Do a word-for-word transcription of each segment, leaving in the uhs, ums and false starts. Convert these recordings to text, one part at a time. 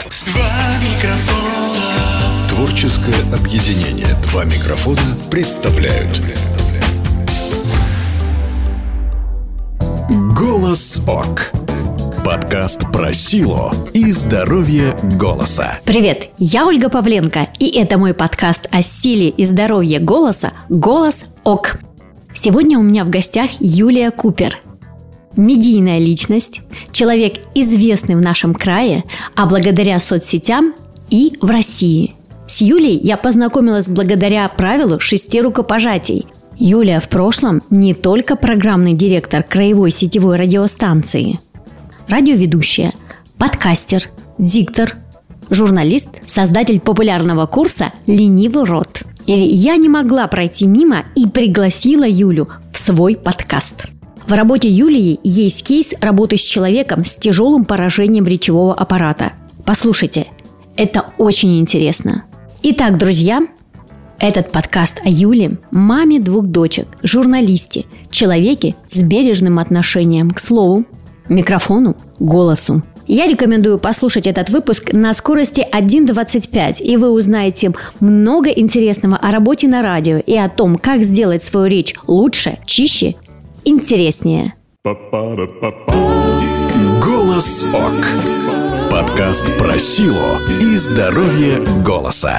Два микрофона. Творческое объединение «Два микрофона» представляют «Голос ОК». Подкаст про силу и здоровье голоса. Привет, я Ольга Павленко, и это мой подкаст о силе и здоровье голоса «Голос ОК». Сегодня у меня в гостях Юлия Купер. Медийная личность, человек, известный в нашем крае, а благодаря соцсетям и в России. С Юлей я познакомилась благодаря правилу шести рукопожатий. Юлия в прошлом не только программный директор краевой сетевой радиостанции, радиоведущая, подкастер, диктор, журналист, создатель популярного курса «Ленивый рот». И я не могла пройти мимо и пригласила Юлю в свой подкаст. В работе Юлии есть кейс работы с человеком с тяжелым поражением речевого аппарата. Послушайте, это очень интересно. Итак, друзья, этот подкаст о Юле, маме двух дочек, журналисте, человеке с бережным отношением к слову, микрофону, голосу. Я рекомендую послушать этот выпуск на скорости один двадцать пять, и вы узнаете много интересного о работе на радио и о том, как сделать свою речь лучше, чище, интереснее. «Голос ОК». Подкаст про силу и здоровье голоса.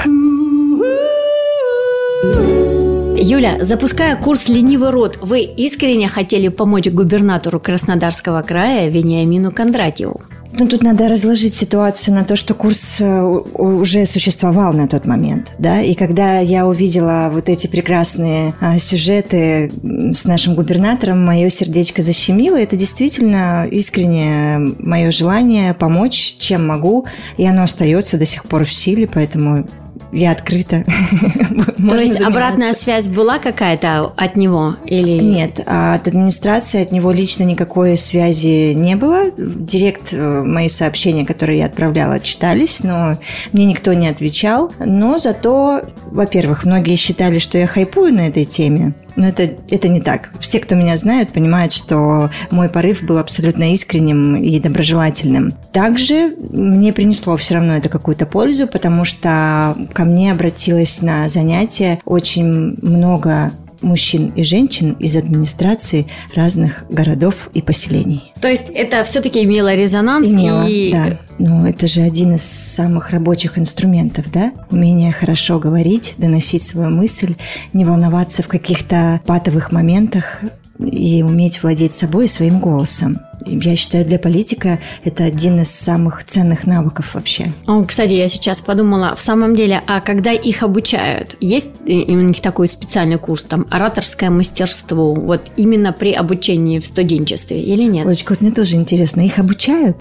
Юля, запуская курс «Ленивый рот», вы искренне хотели помочь губернатору Краснодарского края Вениамину Кондратьеву? Ну, тут надо разложить ситуацию на то, что курс уже существовал на тот момент, да, и когда я увидела вот эти прекрасные а, сюжеты с нашим губернатором, мое сердечко защемило. Это действительно искреннее мое желание помочь, чем могу, и оно остается до сих пор в силе, поэтому я открыта. То есть обратная связь была какая-то от него? Или... Нет, от администрации, от него лично никакой связи не было. В директ мои сообщения, которые я отправляла, читались, но мне никто не отвечал. Но зато, во-первых, многие считали, что я хайпую на этой теме. Но это, это не так. Все, кто меня знают, понимают, что мой порыв был абсолютно искренним и доброжелательным. Также мне принесло все равно это какую-то пользу, потому что ко мне обратилось на занятия очень много мужчин и женщин из администрации разных городов и поселений. То есть это все-таки имело резонанс? Имело, и... да. Но это же один из самых рабочих инструментов, да? Умение хорошо говорить, доносить свою мысль, не волноваться в каких-то патовых моментах и уметь владеть собой и своим голосом. Я считаю, для политика это один из самых ценных навыков вообще. О, кстати, я сейчас подумала, в самом деле, а когда их обучают, есть у них такой специальный курс, там, ораторское мастерство, вот именно при обучении в студенчестве или нет? Олечка, вот мне тоже интересно, их обучают?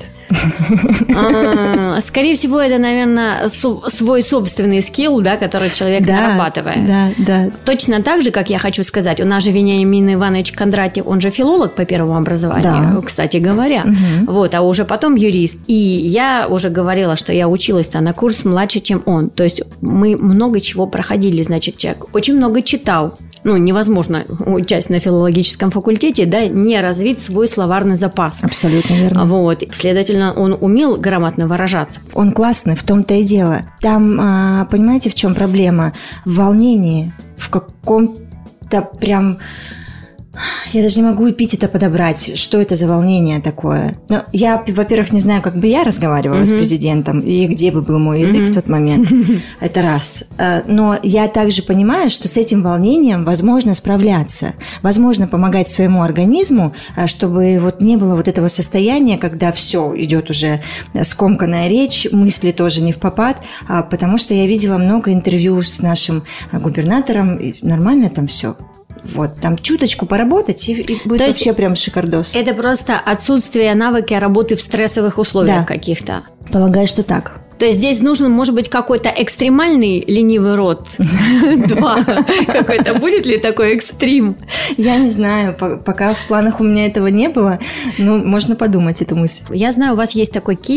А, скорее всего, это, наверное, свой собственный скилл, да, который человек да, нарабатывает. Да, да. Точно так же, как я хочу сказать, у нас же Вениамин Иванович Кондратьев, он же филолог по первому образованию, да. Кстати говоря. Угу. Вот, а уже потом юрист. И я уже говорила, что я училась-то на курс младше, чем он. То есть мы много чего проходили, значит, человек очень много читал. Ну, невозможно, учась на филологическом факультете, да, не развить свой словарный запас. Абсолютно верно. Вот, следовательно, он умел грамотно выражаться. Он классный, в том-то и дело. Там, понимаете, в чем проблема? В волнении, в каком-то прям... Я даже не могу эпитета подобрать, что это за волнение такое. Но я, во-первых, не знаю, как бы я разговаривала mm-hmm. с президентом и где бы был мой язык mm-hmm. в тот момент. Это раз. Но я также понимаю, что с этим волнением возможно справляться. Возможно помогать своему организму, чтобы вот не было вот этого состояния, когда все идет уже скомканная речь, мысли тоже не впопад, потому что я видела много интервью с нашим губернатором, и нормально там все. Вот, там чуточку поработать, и, и будет То вообще прям шикардос. Это просто отсутствие навыки работы в стрессовых условиях, да. каких-то. Полагаю, что так. То есть здесь нужен, может быть, какой-то экстремальный ленивый рот? Два. Какой-то будет ли такой экстрим? Я не знаю. Пока в планах у меня этого не было, но можно подумать эту мысль. Я знаю, у вас есть такой кейс,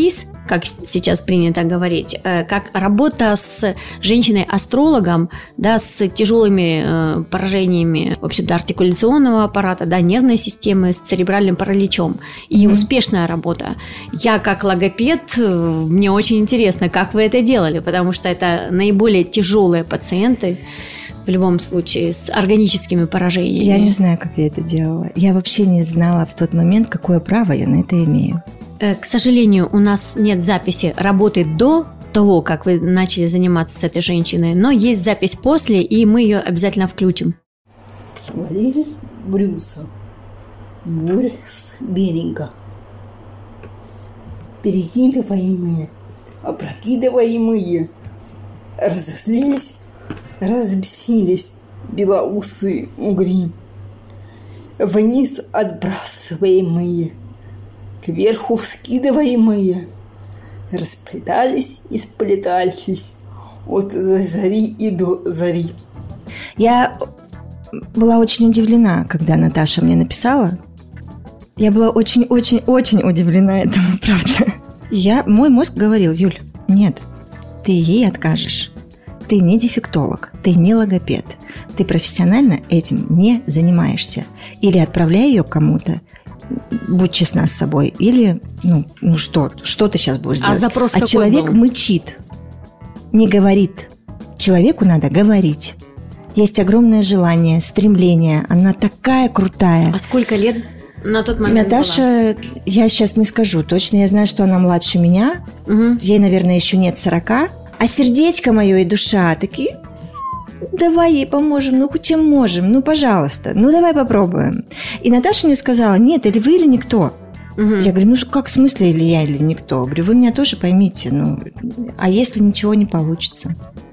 как сейчас принято говорить, как работа с женщиной-астрологом, да, с тяжелыми поражениями, в общем-то, артикуляционного аппарата, да, нервной системы, с церебральным параличом. И mm-hmm. успешная работа. Я как логопед, мне очень интересно, как вы это делали, потому что это наиболее тяжелые пациенты, в любом случае, с органическими поражениями. Я не знаю, как я это делала. Я вообще не знала в тот момент, какое право я на это имею. К сожалению, у нас нет записи работы до того, как вы начали заниматься с этой женщиной, но есть запись после, и мы ее обязательно включим. Валерий Брюсов. Море с берега. Перекидываемые, опрокидываемые, разозлились, разбесились белоусые угри, вниз отбрасываемые, кверху вскидываемые, расплетались и сплетались от зари и до зари. Я была очень удивлена, когда Наташа мне написала. Я была очень-очень-очень удивлена этому, правда. Я, мой мозг говорил: Юль, нет, ты ей откажешь. Ты не дефектолог, ты не логопед. Ты профессионально этим не занимаешься. Или отправляй ее к кому-то, будь честна с собой, или, ну, ну что, что ты сейчас будешь делать? А запрос а какой человек был? Мычит, не говорит. Человеку надо говорить. Есть огромное желание, стремление. Она такая крутая. А сколько лет на тот момент Наташа, была? Я сейчас не скажу точно. Я знаю, что она младше меня. Угу. Ей, наверное, еще нет сорока. А сердечко мое и душа такие: давай ей поможем, ну чем можем, ну пожалуйста, ну давай попробуем. И Наташа мне сказала: нет, или вы, или никто. Угу. Я говорю: ну как в смысле, или я, или никто? Говорю: вы меня тоже поймите, ну, а если ничего не получится?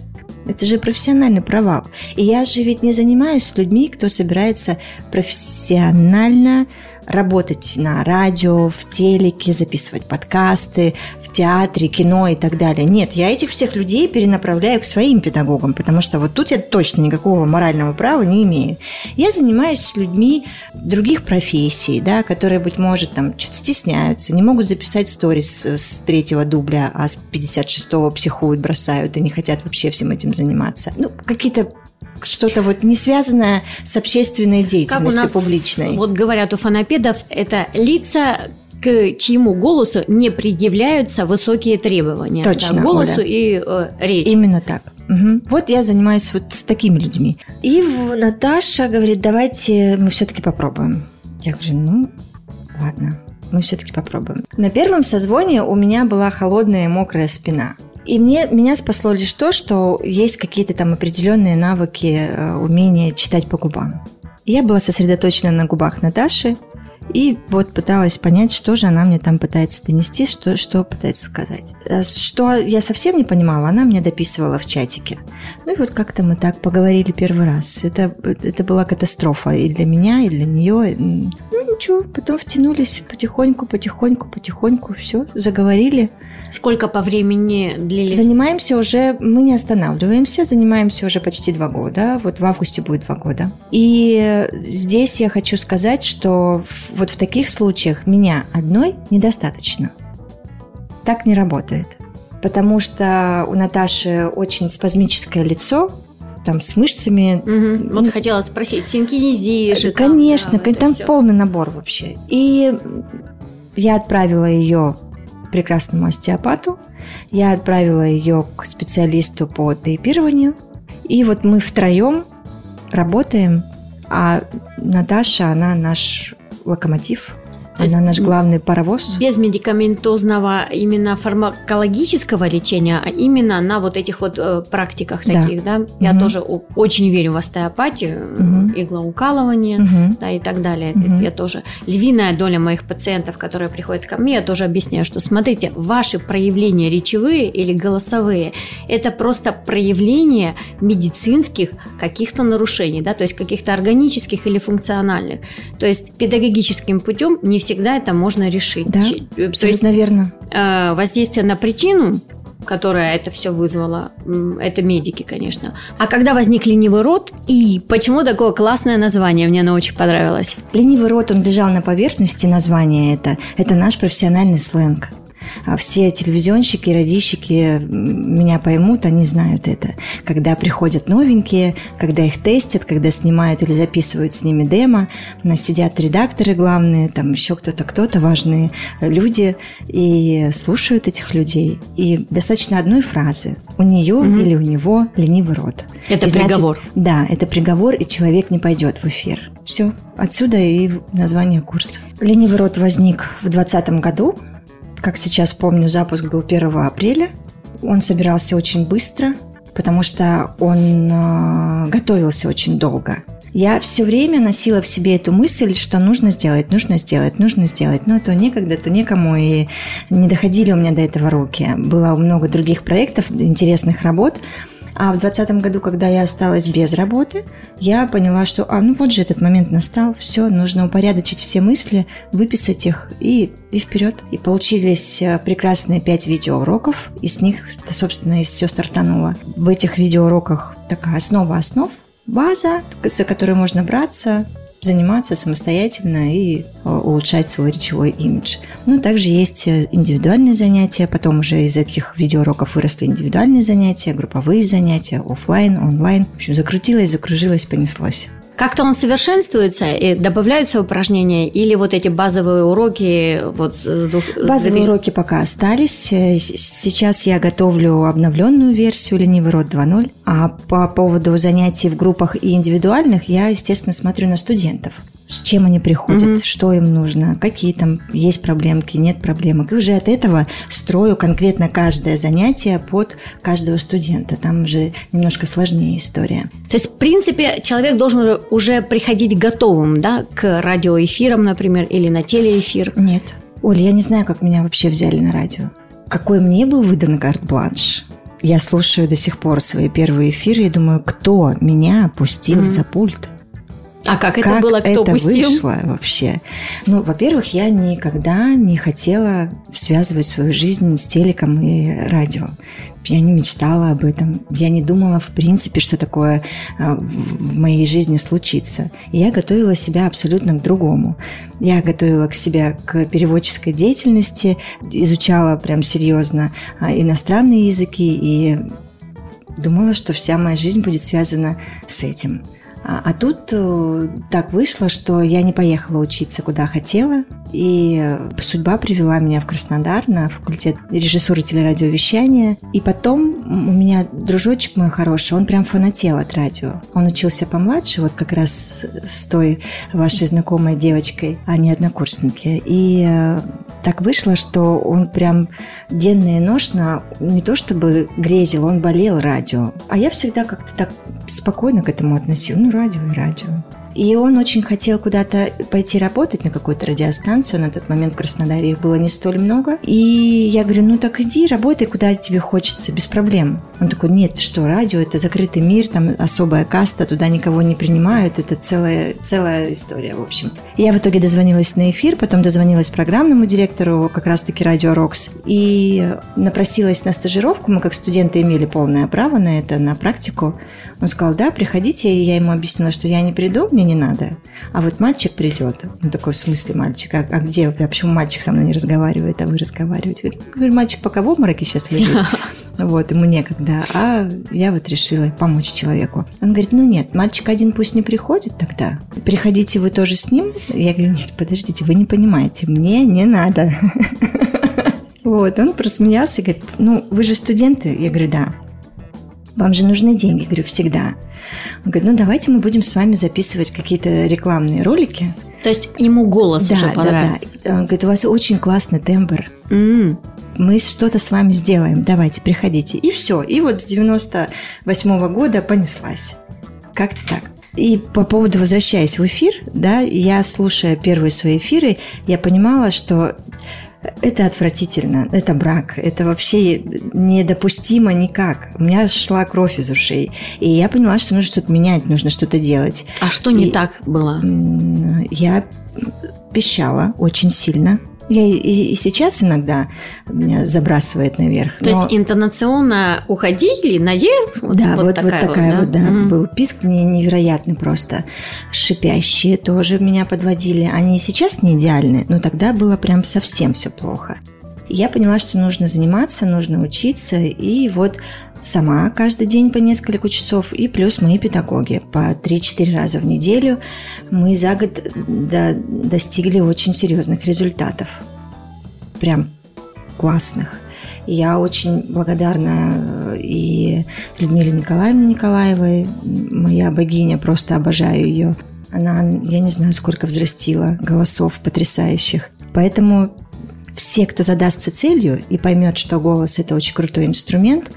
Это же профессиональный провал. И я же ведь не занимаюсь с людьми, кто собирается профессионально работать на радио, в телеке, записывать подкасты, в театре, кино и так далее. Нет, я этих всех людей перенаправляю к своим педагогам, потому что вот тут я точно никакого морального права не имею. Я занимаюсь с людьми других профессий, да, которые, быть может, там что-то стесняются, не могут записать сторис с третьего дубля, а с пятьдесят шестого психуют, бросают и не хотят вообще всем этим заниматься. Ну, какие-то что-то вот не связанное с общественной деятельностью, как у нас, публичной. Вот говорят у фонопедов, это лица, к чьему голосу не предъявляются высокие требования. Точно, да, к голосу Оля. И э, речи. Именно так. Угу. Вот я занимаюсь вот с такими людьми. И Наташа говорит: давайте мы все-таки попробуем. Я говорю: ну, ладно, мы все-таки попробуем. На первом созвоне у меня была холодная и мокрая спина. И мне, меня спасло лишь то, что есть какие-то там определенные навыки, умения читать по губам. Я была сосредоточена на губах Наташи и вот пыталась понять, что же она мне там пытается донести, что, что пытается сказать. Что я совсем не понимала, она мне дописывала в чатике. Ну и вот как-то мы так поговорили первый раз. Это, это была катастрофа и для меня, и для нее. Ну ничего, потом втянулись потихоньку, потихоньку, потихоньку, все, заговорили. Сколько по времени длились? Занимаемся уже, мы не останавливаемся, занимаемся уже почти два года. Вот в августе будет два года. И здесь я хочу сказать, что вот в таких случаях меня одной недостаточно. Так не работает. Потому что у Наташи очень спазмическое лицо, там с мышцами. Угу. Вот хотела спросить, синкинезия же. Конечно, там, да, там все. Полный набор вообще. И я отправила ее прекрасному остеопату. Я отправила ее к специалисту по тейпированию. И вот мы втроем работаем, а Наташа, она наш локомотив. Она наш главный паровоз. Без медикаментозного именно фармакологического лечения, а именно на вот этих вот э, практиках таких, да? да? Я угу. тоже очень верю в остеопатию, угу. иглоукалывание, угу. да, и так далее. Угу. Я тоже, львиная доля моих пациентов, которые приходят ко мне, я тоже объясняю, что смотрите, ваши проявления речевые или голосовые, это просто проявление медицинских каких-то нарушений, да, то есть каких-то органических или функциональных. То есть педагогическим путем не всегда это можно решить. Да, То абсолютно есть, верно. Э, воздействие на причину, которая это все вызвала, это медики, конечно. А когда возник ленивый рот, и почему такое классное название? Мне оно очень понравилось. Ленивый рот, он лежал на поверхности, название это. Это наш профессиональный сленг. Все телевизионщики, радищики меня поймут, они знают это. Когда приходят новенькие, когда их тестят, когда снимают или записывают с ними демо, у нас сидят редакторы главные, там еще кто-то, кто-то, важные люди, и слушают этих людей. И достаточно одной фразы. У нее mm-hmm. или у него ленивый рот. Это и приговор. Значит, да, это приговор, и человек не пойдет в эфир. Все. Отсюда и название курса. Ленивый рот возник в двадцатом году. Как сейчас помню, запуск был первого апреля. Он собирался очень быстро, потому что он э, готовился очень долго. Я все время носила в себе эту мысль, что нужно сделать, нужно сделать, нужно сделать. Но то некогда, то некому, и не доходили у меня до этого руки. Было много других проектов, интересных работ. А в двадцатом году, когда я осталась без работы, я поняла, что, а, ну вот же этот момент настал, все, нужно упорядочить все мысли, выписать их и, и вперед. И получились прекрасные пять видеоуроков, и с них, собственно, и все стартануло. В этих видеоуроках такая основа основ, база, за которую можно браться, заниматься самостоятельно и улучшать свой речевой имидж. Ну, также есть индивидуальные занятия, потом уже из этих видеоуроков выросли индивидуальные занятия, групповые занятия, офлайн, онлайн. В общем, закрутилось, закружилось, понеслось. Как-то он совершенствуется и добавляются упражнения, или вот эти базовые уроки? Вот с двух... Базовые с... уроки пока остались. Сейчас я готовлю обновленную версию «Ленивый рот два ноль». А по поводу занятий в группах и индивидуальных я, естественно, смотрю на студентов. С чем они приходят, mm-hmm. что им нужно, какие там есть проблемки, нет проблемок. И уже от этого строю конкретно каждое занятие под каждого студента. Там уже немножко сложнее история. То есть, в принципе, человек должен уже приходить готовым, да, к радиоэфирам, например, или на телеэфир? Нет. Оля, я не знаю, как меня вообще взяли на радио. Какой мне был выдан карт-бланш. Я слушаю до сих пор свои первые эфиры и думаю, кто меня пустил mm-hmm. за пульт? А как, как это было? Кто это пустил? Вышло вообще? Ну, во-первых, я никогда не хотела связывать свою жизнь с телеком и радио. Я не мечтала об этом. Я не думала, в принципе, что такое в моей жизни случится. И я готовила себя абсолютно к другому. Я готовила к себя к переводческой деятельности, изучала прям серьезно иностранные языки и думала, что вся моя жизнь будет связана с этим. А тут так вышло, что я не поехала учиться, куда хотела, и судьба привела меня в Краснодар на факультет режиссуры телерадиовещания. И потом у меня дружочек мой хороший, он прям фанател от радио. Он учился помладше, вот как раз с той вашей знакомой девочкой, а не однокурсники. И так вышло, что он прям денно и ношно не то чтобы грезил, он болел радио. А я всегда как-то так спокойно к этому относилась. Ну, радио и радио. И он очень хотел куда-то пойти работать на какую-то радиостанцию. На тот момент в Краснодаре их было не столь много. И я говорю, ну так иди, работай, куда тебе хочется, без проблем. Он такой, нет, что, радио – это закрытый мир, там особая каста, туда никого не принимают, это целая, целая история, в общем. И я в итоге дозвонилась на эфир, потом дозвонилась программному директору, как раз-таки Радио Рокс, и напросилась на стажировку. Мы как студенты имели полное право на это, на практику. Он сказал, да, приходите, и я ему объяснила, что я не приду, мне не надо, а вот мальчик придет. Он такой, в смысле мальчик? А, а где? А почему мальчик со мной не разговаривает, а вы разговариваете? Я говорю, мальчик пока в обмороке сейчас лежит, вот, ему некогда, а я вот решила помочь человеку. Он говорит, ну нет, мальчик один пусть не приходит тогда, приходите вы тоже с ним. Я говорю, нет, подождите, вы не понимаете, мне не надо. Вот, он просмеялся и говорит, ну, вы же студенты? Я говорю, да. Вам же нужны деньги, говорю, всегда. Он говорит, ну давайте мы будем с вами записывать какие-то рекламные ролики. То есть ему голос да, уже понравился. Да, да. Он говорит, у вас очень классный тембр. Mm. Мы что-то с вами сделаем, давайте, приходите. И все. И вот с девяносто восьмого года понеслась. Как-то так. И по поводу, возвращаясь в эфир, да, я, слушая первые свои эфиры, я понимала, что это отвратительно, это брак, это вообще недопустимо никак. У меня шла кровь из ушей, и я поняла, что нужно что-то менять, нужно что-то делать. А что не и так было? Я пищала очень сильно. Я и, и сейчас иногда меня забрасывает наверх. То но... есть интонационно уходили наверх? Вот, да, вот, вот, такая, вот такая вот, да, вот, да mm-hmm. был писк невероятный просто. Шипящие тоже меня подводили. Они и сейчас не идеальны, но тогда было прям совсем все плохо. Я поняла, что нужно заниматься, нужно учиться, и вот сама каждый день по несколько часов, и плюс мои педагоги по три-четыре раза в неделю. Мы за год до, достигли очень серьезных результатов, прям классных. Я очень благодарна и Людмиле Николаевне Николаевой, моя богиня, просто обожаю ее. Она, я не знаю, сколько взрастила голосов потрясающих. Поэтому все, кто задастся целью и поймет, что голос – это очень крутой инструмент,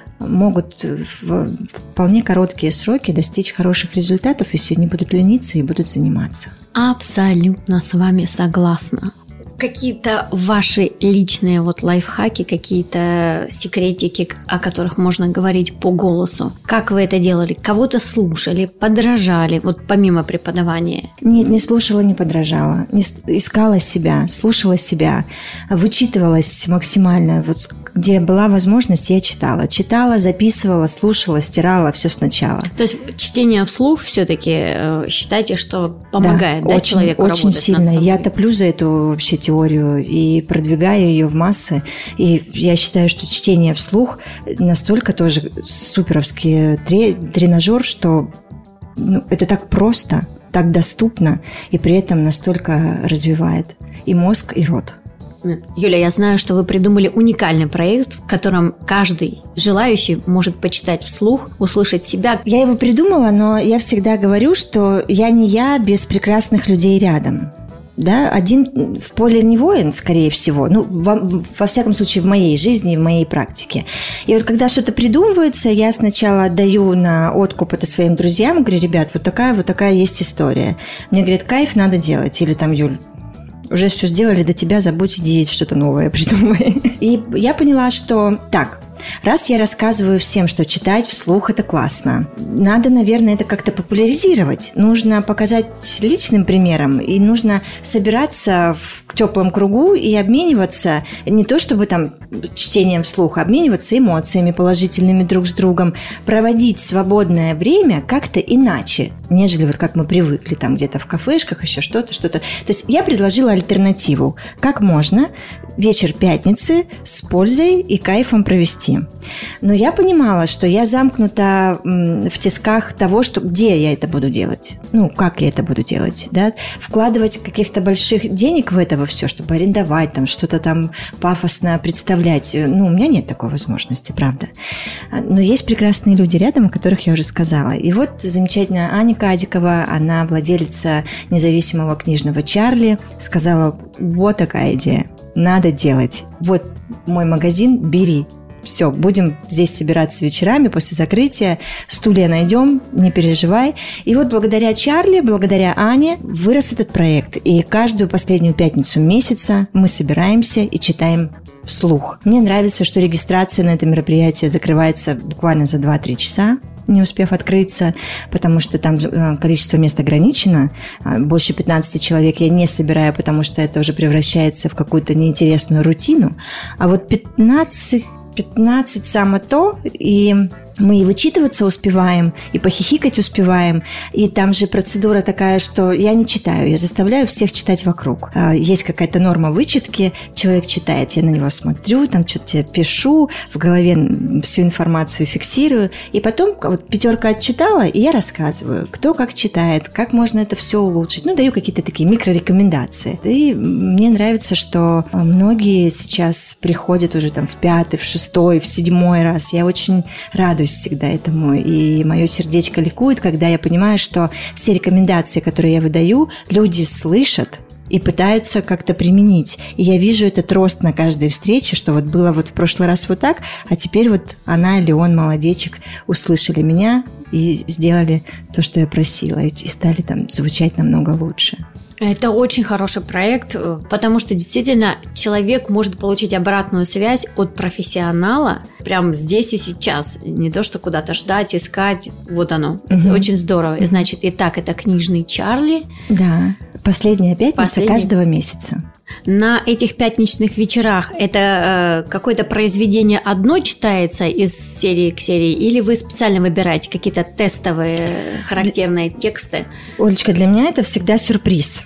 могут в вполне короткие сроки достичь хороших результатов, если они будут лениться и будут заниматься. Абсолютно с вами согласна. Какие-то ваши личные вот лайфхаки, какие-то секретики, о которых можно говорить по голосу? Как вы это делали? Кого-то слушали, подражали, вот помимо преподавания? Нет, не слушала, не подражала. Не искала себя, слушала себя, вычитывалась максимально. Вот где была возможность, я читала. Читала, записывала, слушала, стирала, все сначала. То есть чтение вслух все-таки э, считаете, что помогает, да, да, очень, человеку очень работать сильно. над собой? Я топлю за эту вообще теорию и продвигаю ее в массы. И я считаю, что чтение вслух настолько тоже суперовский тренажер, что ну, это так просто, так доступно, и при этом настолько развивает и мозг, и рот. Юля, я знаю, что вы придумали уникальный проект, в котором каждый желающий может почитать вслух, услышать себя. Я его придумала, но я всегда говорю, что я не я без прекрасных людей рядом. Да, один в поле не воин, скорее всего, ну, во, во всяком случае, в моей жизни, в моей практике. И вот когда что-то придумывается, я сначала отдаю на откуп это своим друзьям, говорю: ребят, вот такая, вот такая есть история. Мне говорят: кайф, надо делать. Или там: Юль, уже все сделали, до тебя забудь, иди что-то новое придумай. И я поняла, что так, раз я рассказываю всем, что читать вслух – это классно, надо, наверное, это как-то популяризировать. Нужно показать личным примером, и нужно собираться в теплом кругу и обмениваться, не то чтобы там чтением вслух, а обмениваться эмоциями положительными друг с другом, проводить свободное время как-то иначе, нежели вот как мы привыкли, там где-то в кафешках, еще что-то, что-то. То есть я предложила альтернативу, как можно вечер пятницы с пользой и кайфом провести. Но я понимала, что я замкнута в тисках того, что где я это буду делать, ну, как я это буду делать, да, вкладывать каких-то больших денег в это во все, чтобы арендовать, там, что-то там пафосно представлять. Ну, у меня нет такой возможности, правда. Но есть прекрасные люди рядом, о которых я уже сказала. И вот замечательная Аня Кадикова, она владелица независимого книжного Чарли, сказала: вот такая идея, надо делать. Вот мой магазин, бери. Все, будем здесь собираться вечерами после закрытия, стулья найдем, не переживай. И вот благодаря Чарли, благодаря Ане вырос этот проект. И каждую последнюю пятницу месяца мы собираемся и читаем вслух. Мне нравится, что регистрация на это мероприятие закрывается буквально за два-три часа, не успев открыться, потому что там количество мест ограничено. Больше пятнадцати человек я не собираю, потому что это уже превращается в какую-то неинтересную рутину. А вот пятнадцать пятнадцать само то, и мы и вычитываться успеваем, и похихикать успеваем. И там же процедура такая, что я не читаю, я заставляю всех читать вокруг. Есть какая-то норма вычитки, человек читает, я на него смотрю, там что-то пишу, в голове всю информацию фиксирую. И потом вот пятерка отчитала, и я рассказываю, кто как читает, как можно это все улучшить. Ну, даю какие-то такие микрорекомендации. И мне нравится, что многие сейчас приходят уже там в пятый, в шестой, в седьмой раз. Я очень радуюсь всегда этому, и мое сердечко ликует, когда я понимаю, что все рекомендации, которые я выдаю, люди слышат и пытаются как-то применить. И я вижу этот рост на каждой встрече, что вот было вот в прошлый раз вот так, а теперь вот она или он, молодечек, услышали меня и сделали то, что я просила, и стали там звучать намного лучше. Это очень хороший проект, потому что действительно человек может получить обратную связь от профессионала прямо здесь и сейчас. Не то, что куда-то ждать, искать. Вот оно. Угу. Это очень здорово. И значит, итак, это книжный Чарли. Да, последняя пятница Последний... каждого месяца. На этих пятничных вечерах это э, какое-то произведение одно читается из серии к серии, или вы специально выбираете какие-то тестовые характерные тексты? Олечка, для меня это всегда сюрприз.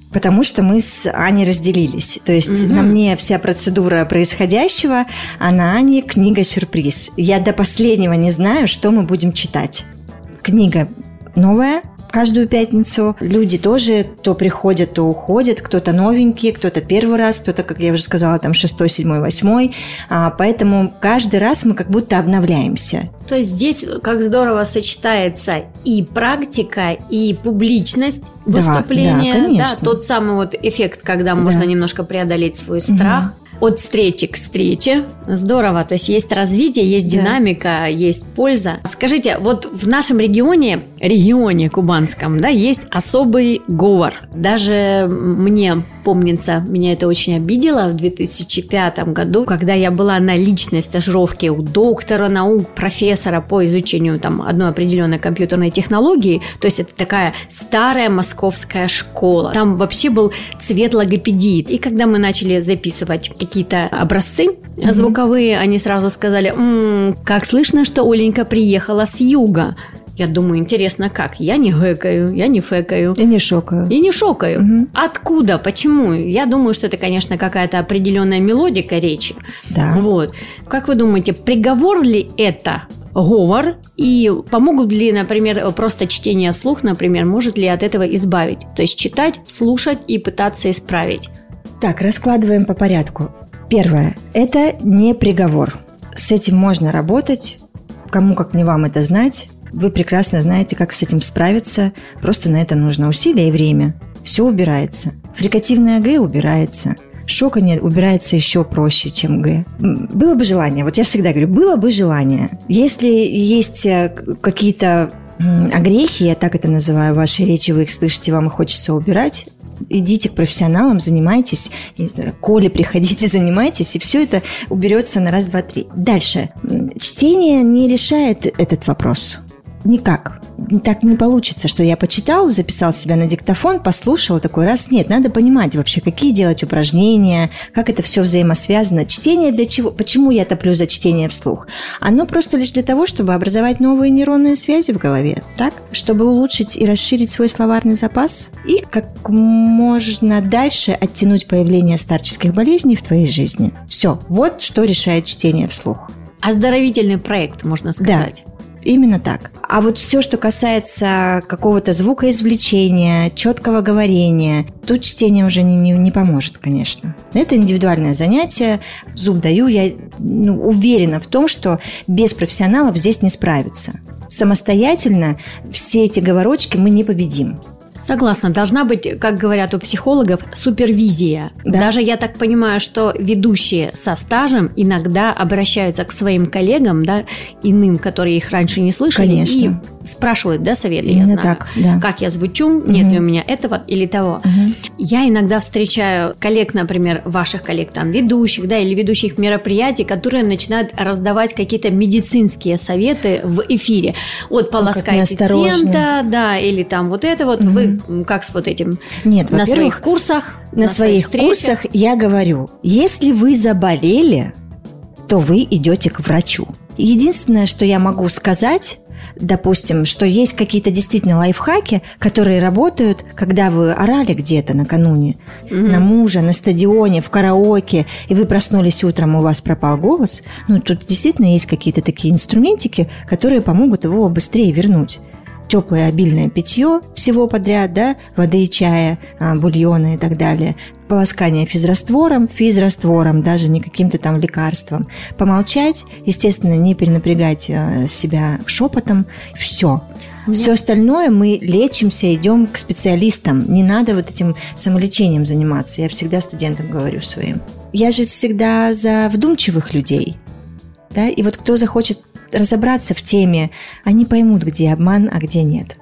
Потому что мы с Аней разделились. То есть угу. на мне вся процедура происходящего, а на Ане книга-сюрприз. Я до последнего не знаю, что мы будем читать. Книга новая каждую пятницу. Люди тоже то приходят, то уходят. Кто-то новенький, кто-то первый раз, кто-то, как я уже сказала, там шестой, седьмой, восьмой. А, поэтому каждый раз мы как будто обновляемся. То есть здесь как здорово сочетается и практика, и публичность выступления. Да, да, конечно. Да, тот самый вот эффект, когда можно да. немножко преодолеть свой страх. Угу. От встречи к встрече. Здорово. То есть есть развитие, есть да. динамика, есть польза. Скажите, вот в нашем регионе, регионе кубанском, да, есть особый говор. Даже мне помнится, меня это очень обидело в две тысячи пятом году, когда я была на личной стажировке у доктора наук, профессора по изучению там одной определенной компьютерной технологии. То есть это такая старая московская школа. Там вообще был цвет логопедии. И когда мы начали записывать какие-то образцы mm-hmm. звуковые, они сразу сказали: «М-м, как слышно, что Оленька приехала с юга». Я думаю, интересно, как? Я не гэкаю, я не фэкаю. И не шокаю. И не шокаю. Угу. Откуда? Почему? Я думаю, что это, конечно, какая-то определенная мелодика речи. Да. Вот. Как вы думаете, приговор ли это говор? И помогут ли, например, просто чтение вслух, например, может ли от этого избавить? То есть читать, слушать и пытаться исправить. Так, раскладываем по порядку. Первое. Это не приговор. С этим можно работать. Кому как не вам это знать. Вы прекрасно знаете, как с этим справиться. Просто на это нужно усилие и время. Все убирается. Фрикативное «г» убирается. Шоканье убирается еще проще, чем «г». Было бы желание. Вот я всегда говорю, было бы желание. Если есть какие-то огрехи, я так это называю, в вашей речи, вы их слышите, вам их хочется убирать, идите к профессионалам, занимайтесь, не знаю, к Оле приходите, занимайтесь, и все это уберется на раз, два, три. Дальше. Чтение не решает этот вопрос. Никак. Так не получится, что я почитал, записал себя на диктофон, послушал такой раз. Нет, надо понимать вообще, какие делать упражнения, как это все взаимосвязано. Чтение для чего? Почему я топлю за чтение вслух? Оно просто лишь для того, чтобы образовать новые нейронные связи в голове, так? Чтобы улучшить и расширить свой словарный запас и как можно дальше оттянуть появление старческих болезней в твоей жизни. Все. Вот что решает чтение вслух. Оздоровительный проект, можно сказать. Да. Именно так. А вот все, что касается какого-то звукоизвлечения, четкого говорения, тут чтение уже не, не, не поможет, конечно. Это индивидуальное занятие. Зуб даю. Я ну, уверена в том, что без профессионалов здесь не справиться. Самостоятельно все эти говорочки мы не победим. Согласна. Должна быть, как говорят у психологов, супервизия. Да. Даже я так понимаю, что ведущие со стажем иногда обращаются к своим коллегам, да, иным, которые их раньше не слышали, конечно. И спрашивают, да, советы, именно я знаю, так, да. Как я звучу, угу. Нет ли у меня этого или того. Угу. Я иногда встречаю коллег, например, ваших коллег, там, ведущих, да, или ведущих мероприятий, которые начинают раздавать какие-то медицинские советы в эфире. Вот полоскайте тем-то, да, или там вот это вот, угу. Вы как с вот этим? Нет, на своих курсах, на, на своих, своих курсах я говорю, если вы заболели, то вы идете к врачу. Единственное, что я могу сказать, допустим, что есть какие-то действительно лайфхаки, которые работают, когда вы орали где-то накануне, угу. на мужа, на стадионе, в караоке, и вы проснулись утром, у вас пропал голос. Ну, тут действительно есть какие-то такие инструментики, которые помогут его быстрее вернуть. Теплое обильное питье всего подряд, да, воды и чая, бульона и так далее. Полоскание физраствором, физраствором, даже не каким-то там лекарством. Помолчать, естественно, не перенапрягать себя шепотом. Все. Нет. Все остальное мы лечимся, идем к специалистам. Не надо вот этим самолечением заниматься. Я всегда студентам говорю своим. Я же всегда за вдумчивых людей. Да? И вот кто захочет разобраться в теме, они поймут, где обман, а где нет.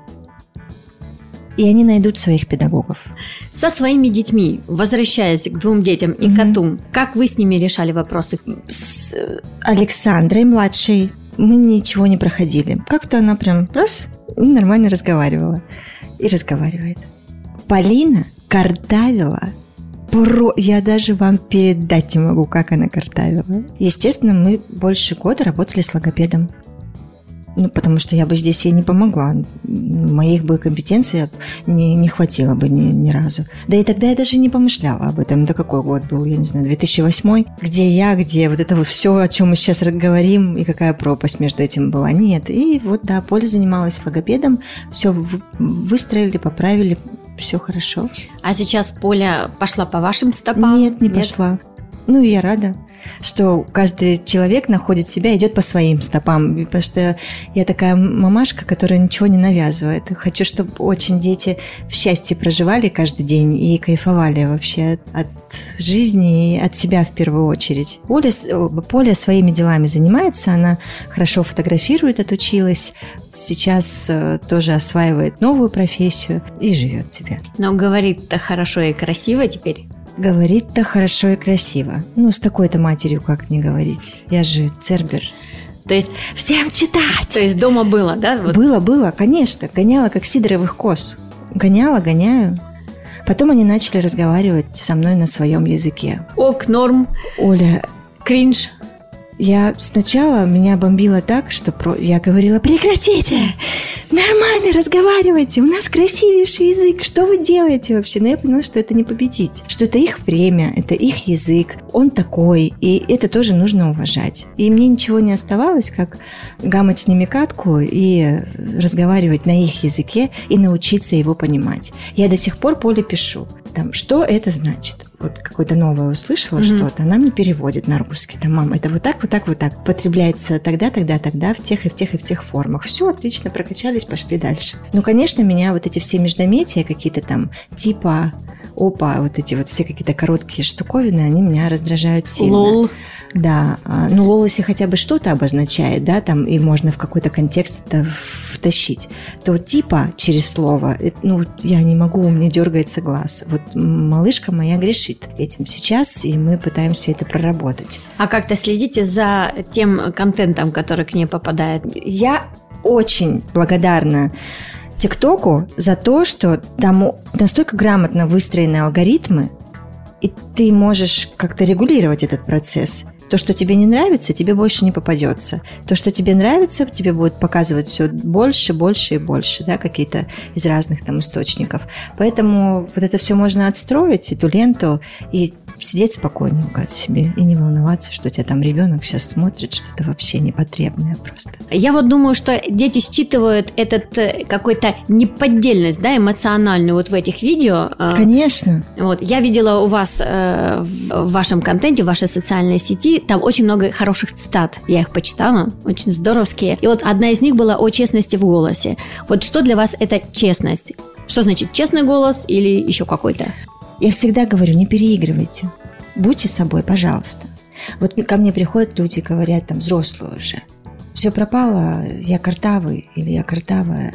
И они найдут своих педагогов. Со своими детьми, возвращаясь к двум детям и mm-hmm. коту, как вы с ними решали вопросы? С Александрой, младшей, мы ничего не проходили. Как-то она прям раз и нормально разговаривала. И разговаривает. Полина картавила. Про... Я даже вам передать не могу, как она картавила. Естественно, мы больше года работали с логопедом. Ну, потому что я бы здесь ей не помогла. Моих бы компетенций не, не хватило бы ни, ни разу. Да и тогда я даже не помышляла об этом. Да какой год был, я не знаю, две тысячи восьмой? Где я, где вот это вот все, о чем мы сейчас говорим, и какая пропасть между этим была. Нет. И вот, да, Поля занималась с логопедом, все выстроили, поправили, все хорошо. А сейчас Поля пошла по вашим стопам? Нет, не Нет? пошла. Ну, и я рада, что каждый человек находит себя, идет по своим стопам. Потому что я такая мамашка, которая ничего не навязывает. Хочу, чтобы очень дети в счастье проживали каждый день и кайфовали вообще от жизни и от себя в первую очередь. Оля, Поля своими делами занимается, она хорошо фотографирует, отучилась. Сейчас тоже осваивает новую профессию и живет себе. Но говорит-то хорошо и красиво теперь? Говорит-то хорошо и красиво. Ну, с такой-то матерью как не говорить. Я же цербер. То есть всем читать! То есть дома было, да? Вот. Было, было, конечно. Гоняла, как сидоровых коз. Гоняла, гоняю. Потом они начали разговаривать со мной на своем языке. Ок, норм. Оля. Кринж. Я сначала, меня бомбило так, что про... я говорила: прекратите, нормально разговаривайте, у нас красивейший язык, что вы делаете вообще? Но я поняла, что это не победить, что это их время, это их язык, он такой, и это тоже нужно уважать. И мне ничего не оставалось, как гамать с ними катку и разговаривать на их языке и научиться его понимать. Я до сих пор Поле пишу. Там, что это значит? Вот какое-то новое услышала mm-hmm. что-то, она мне переводит на русский. Там, мама, это вот так, вот так, вот так. Потребляется тогда, тогда, тогда, в тех и в тех и в тех формах. Все, отлично, прокачались, пошли дальше. Ну, конечно, меня вот эти все междометия какие-то там, типа, опа, вот эти вот все какие-то короткие штуковины, они меня раздражают сильно. Лол. Да, ну лол, если хотя бы что-то обозначает, да, там, и можно в какой-то контекст это втащить, то типа через слово, ну, я не могу, у меня дергается глаз. Вот малышка моя грешит этим сейчас, и мы пытаемся это проработать. А как-то следите за тем контентом, который к ней попадает? Я очень благодарна ТикТоку за то, что там настолько грамотно выстроены алгоритмы, и ты можешь как-то регулировать этот процесс. То, что тебе не нравится, тебе больше не попадется. То, что тебе нравится, тебе будет показывать все больше, больше и больше, да, какие-то из разных там источников. Поэтому вот это все можно отстроить, эту ленту, и сидеть спокойненько себе и не волноваться, что у тебя там ребенок сейчас смотрит что-то вообще непотребное просто. Я вот думаю, что дети считывают этот какой-то неподдельность, да, эмоциональную вот в этих видео. Конечно. Вот я видела у вас э, в вашем контенте, в вашей социальной сети, там очень много хороших цитат. Я их почитала, очень здоровские. И вот одна из них была о честности в голосе. Вот что для вас это честность? Что значит честный голос или еще какой-то? Я всегда говорю, не переигрывайте. Будьте собой, пожалуйста. Вот ко мне приходят люди, говорят, там, взрослые уже. Все пропало, я картавый или я картавая.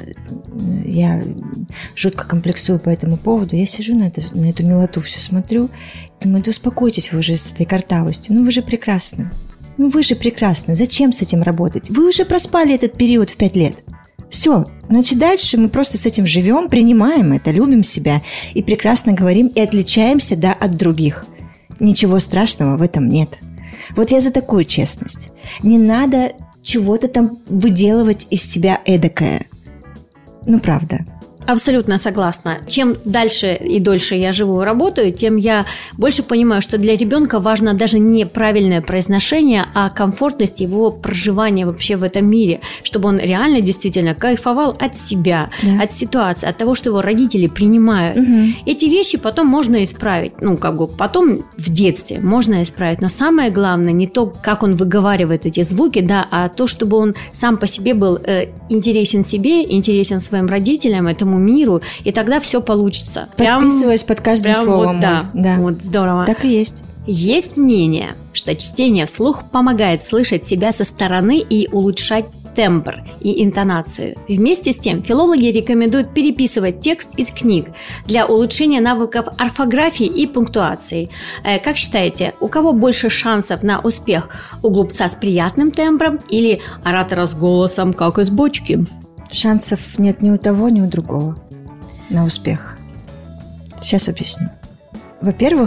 Я жутко комплексую по этому поводу. Я сижу на, это, на эту милоту, все смотрю. Думаю, да успокойтесь вы уже с этой картавостью. Ну вы же прекрасны. Ну вы же прекрасны. Зачем с этим работать? Вы уже проспали этот период в пять лет. Все, значит, дальше мы просто с этим живем, принимаем это, любим себя и прекрасно говорим, и отличаемся, да, от других. Ничего страшного в этом нет. Вот я за такую честность. Не надо чего-то там выделывать из себя эдакое. Ну, правда. Абсолютно согласна. Чем дальше и дольше я живу и работаю, тем я больше понимаю, что для ребенка важно даже не правильное произношение, а комфортность его проживания вообще в этом мире, чтобы он реально действительно кайфовал от себя, да. от ситуации, от того, что его родители принимают. Угу. Эти вещи потом можно исправить. Ну, как бы потом в детстве можно исправить. Но самое главное не то, как он выговаривает эти звуки, да, а то, чтобы он сам по себе был э, интересен себе, интересен своим родителям, этому миру, и тогда все получится. Подписываюсь прям, под каждым прям словом. Вот, да, да, вот здорово. Так и есть. Есть мнение, что чтение вслух помогает слышать себя со стороны и улучшать тембр и интонацию. Вместе с тем, филологи рекомендуют переписывать текст из книг для улучшения навыков орфографии и пунктуации. Как считаете, у кого больше шансов на успех? У глупца с приятным тембром или оратора с голосом, как из бочки? Шансов нет ни у того, ни у другого на успех. Сейчас объясню. Во-первых,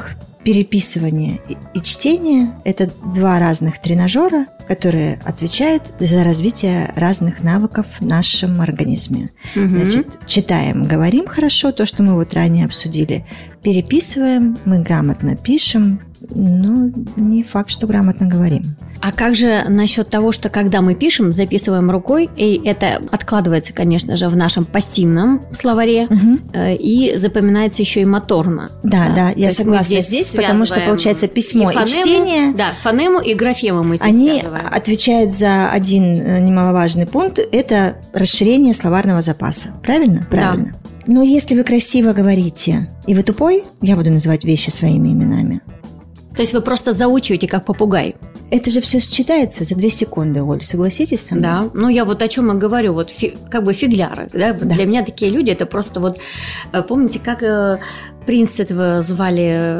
переписывание и чтение – это два разных тренажера, которые отвечают за развитие разных навыков в нашем организме. Угу. Значит, читаем, говорим хорошо, то, что мы вот ранее обсудили. Переписываем, мы грамотно пишем, но не факт, что грамотно говорим. А как же насчет того, что когда мы пишем, записываем рукой, и это откладывается, конечно же, в нашем пассивном словаре, угу. и запоминается еще и моторно. Да, да, да, я согласна здесь, здесь, потому что, получается, письмо и, фонему, и чтение... Да, фонему и графему мы здесь они связываем. Отвечают за один немаловажный пункт – это расширение словарного запаса. Правильно? Правильно. Да. Но если вы красиво говорите, и вы тупой, я буду называть вещи своими именами. То есть вы просто заучиваете, как попугай. Это же все считается за две секунды, Оль, согласитесь со мной? Да, ну я вот о чем и говорю, вот фи, как бы фигляры, да? Вот да. Для меня такие люди, это просто вот, помните, как э, принца этого звали?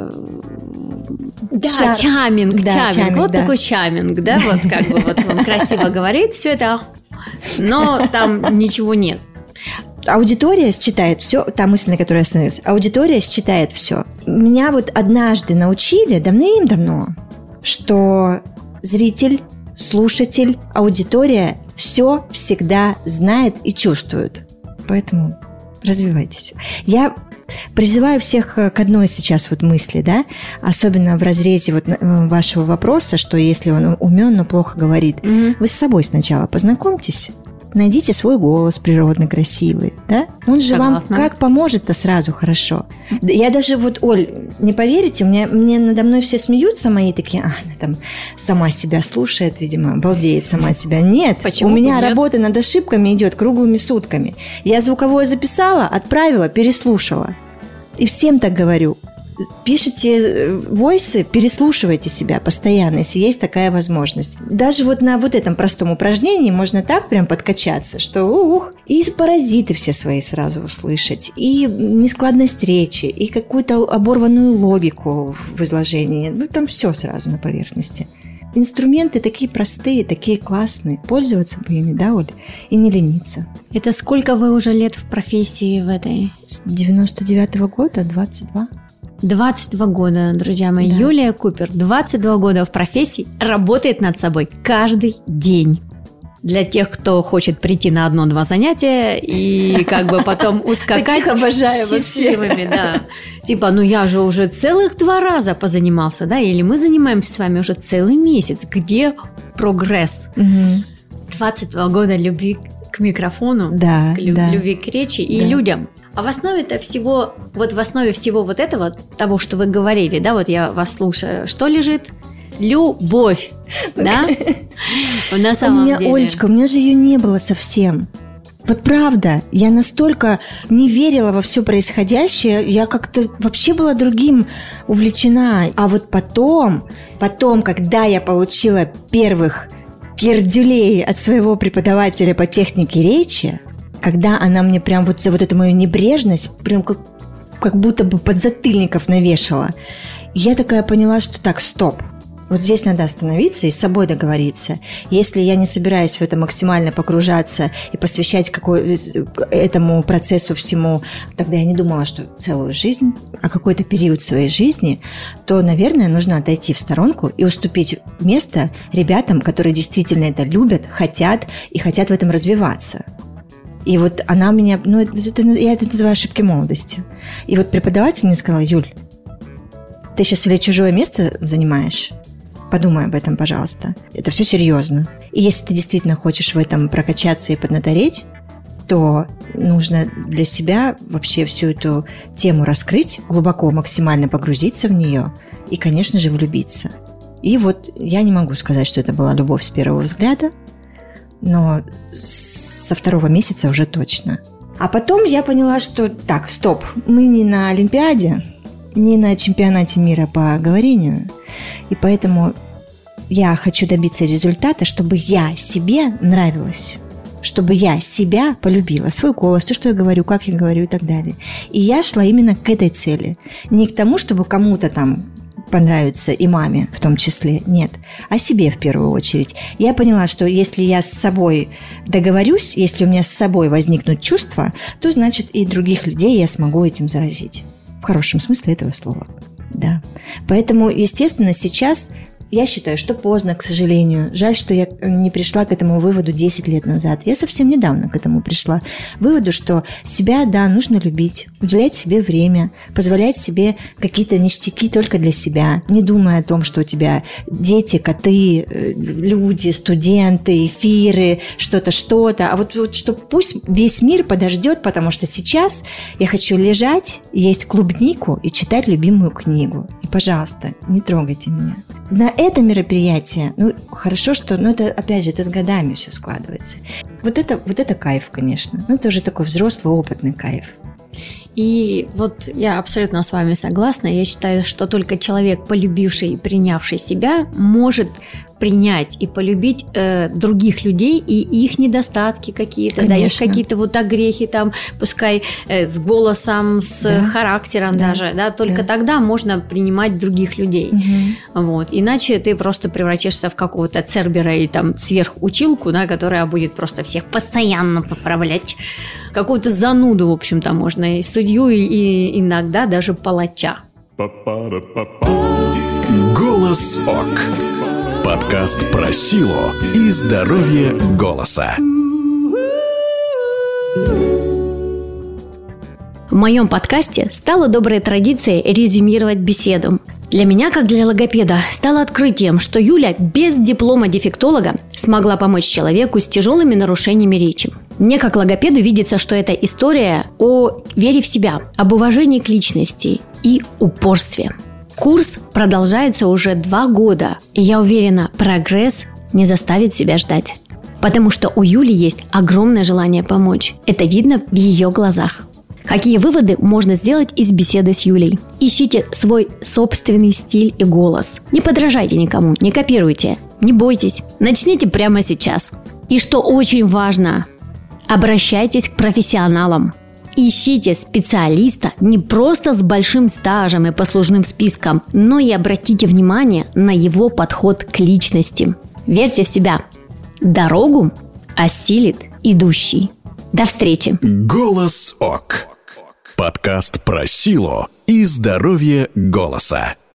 Да, Чар... Чаминг, да, Чаминг, Чаминг, вот да. такой Чаминг, да, вот как бы вот он красиво говорит, все это, но там ничего нет. Аудитория считает все, та мысль, на которой я остановилась, аудитория считает все. Меня вот однажды научили, давным-давно, что зритель, слушатель, аудитория все всегда знает и чувствует. Поэтому развивайтесь. Я призываю всех к одной сейчас вот мысли, да, особенно в разрезе вот вашего вопроса, что если он умен, но плохо говорит, mm-hmm. вы с собой сначала познакомьтесь. Найдите свой голос природно красивый, да? Он же Согласна. Вам как поможет-то сразу хорошо. Я даже вот, Оль, не поверите, мне, мне надо мной все смеются мои такие, а, она там сама себя слушает, видимо, балдеет сама себя. Нет, Почему? У меня Нет? работа над ошибками идет круглыми сутками. Я звуковое записала, отправила, переслушала. И всем так говорю. Пишите войсы, переслушивайте себя постоянно, если есть такая возможность. Даже вот на вот этом простом упражнении можно так прям подкачаться, что ух, и паразиты все свои сразу услышать, и нескладность речи, и какую-то оборванную логику в изложении. Ну, там все сразу на поверхности. Инструменты такие простые, такие классные. Пользоваться бы ими, да, Оль? И не лениться. Это сколько вы уже лет в профессии в этой? С девяносто девятого года, двадцать два. двадцать два года, друзья мои. Да. Юлия Купер, двадцать два года в профессии, работает над собой каждый день. Для тех, кто хочет прийти на одно-два занятия и как бы потом ускакать счастливыми, да. Типа, ну я же уже целых два раза позанимался, да, или мы занимаемся с вами уже целый месяц. Где прогресс? двадцать два года любви к микрофону, да, к люб- да. любви к речи и да. людям. А в основе-то всего, вот в основе всего вот этого, того, что вы говорили, да, вот я вас слушаю, что лежит? Любовь, да? На самом деле. У меня, Олечка, у меня же ее не было совсем. Вот правда, я настолько не верила во все происходящее, я как-то вообще была другим увлечена. А вот потом, потом, когда я получила первых кирдюлей от своего преподавателя по технике речи, когда она мне прям вот за вот эту мою небрежность прям как, как будто бы подзатыльников навешала, я такая поняла, что так, стоп. Вот здесь надо остановиться и с собой договориться. Если я не собираюсь в это максимально погружаться и посвящать какой, этому процессу всему, тогда я не думала, что целую жизнь, а какой-то период своей жизни, то, наверное, нужно отойти в сторонку и уступить место ребятам, которые действительно это любят, хотят и хотят в этом развиваться. И вот она меня, ну, это, я это называю ошибки молодости. И вот преподаватель мне сказал: Юль, ты сейчас или чужое место занимаешь? Подумай об этом, пожалуйста. Это все серьезно. И если ты действительно хочешь в этом прокачаться и поднатореть, то нужно для себя вообще всю эту тему раскрыть, глубоко, максимально погрузиться в нее и, конечно же, влюбиться. И вот я не могу сказать, что это была любовь с первого взгляда, но со второго месяца уже точно. А потом я поняла, что так, стоп, мы не на Олимпиаде, не на чемпионате мира по говорению, и поэтому я хочу добиться результата, чтобы я себе нравилась, чтобы я себя полюбила, свой голос, то, что я говорю, как я говорю и так далее. И я шла именно к этой цели. Не к тому, чтобы кому-то там понравиться, и маме в том числе, нет, а себе в первую очередь. Я поняла, что если я с собой договорюсь, если у меня с собой возникнут чувства, то значит и других людей я смогу этим заразить. В хорошем смысле этого слова. да. Поэтому, естественно, сейчас я считаю, что поздно, к сожалению. Жаль, что я не пришла к этому выводу десять лет назад. Я совсем недавно к этому пришла. Выводу, что себя, да, нужно любить, уделять себе время, позволять себе какие-то ништяки только для себя, не думая о том, что у тебя дети, коты, люди, студенты, эфиры, что-то, что-то. А вот, вот что пусть весь мир подождет, потому что сейчас я хочу лежать, есть клубнику и читать любимую книгу. И, пожалуйста, не трогайте меня. На это мероприятие, ну, хорошо, что, ну, это, опять же, это с годами все складывается. Вот это, вот это кайф, конечно. Ну, это уже такой взрослый, опытный кайф. И вот я абсолютно с вами согласна. Я считаю, что только человек, полюбивший и принявший себя, может принять и полюбить э, других людей и их недостатки какие-то, да, их какие-то вот огрехи там, пускай э, с голосом, с да. характером да. даже, да, только да. тогда можно принимать других людей. Угу. Вот. Иначе ты просто превратишься в какого-то цербера и там сверхучилку, да, которая будет просто всех постоянно поправлять. Какую-то зануду, в общем-то, можно, и судью, и, и иногда даже палача. Голос ОК. Подкаст про силу и здоровье голоса. В моем подкасте стала доброй традицией резюмировать беседу. Для меня, как для логопеда, стало открытием, что Юля без диплома дефектолога смогла помочь человеку с тяжелыми нарушениями речи. Мне, как логопеду, видится, что это история о вере в себя, об уважении к личности и упорстве. Курс продолжается уже два года, и я уверена, прогресс не заставит себя ждать. Потому что у Юли есть огромное желание помочь. Это видно в ее глазах. Какие выводы можно сделать из беседы с Юлей? Ищите свой собственный стиль и голос. Не подражайте никому, не копируйте. Не бойтесь, начните прямо сейчас. И что очень важно, обращайтесь к профессионалам. Ищите специалиста не просто с большим стажем и послужным списком, но и обратите внимание на его подход к личности. Верьте в себя. Дорогу осилит идущий. До встречи. Голос ОК. Подкаст про силу и здоровье голоса.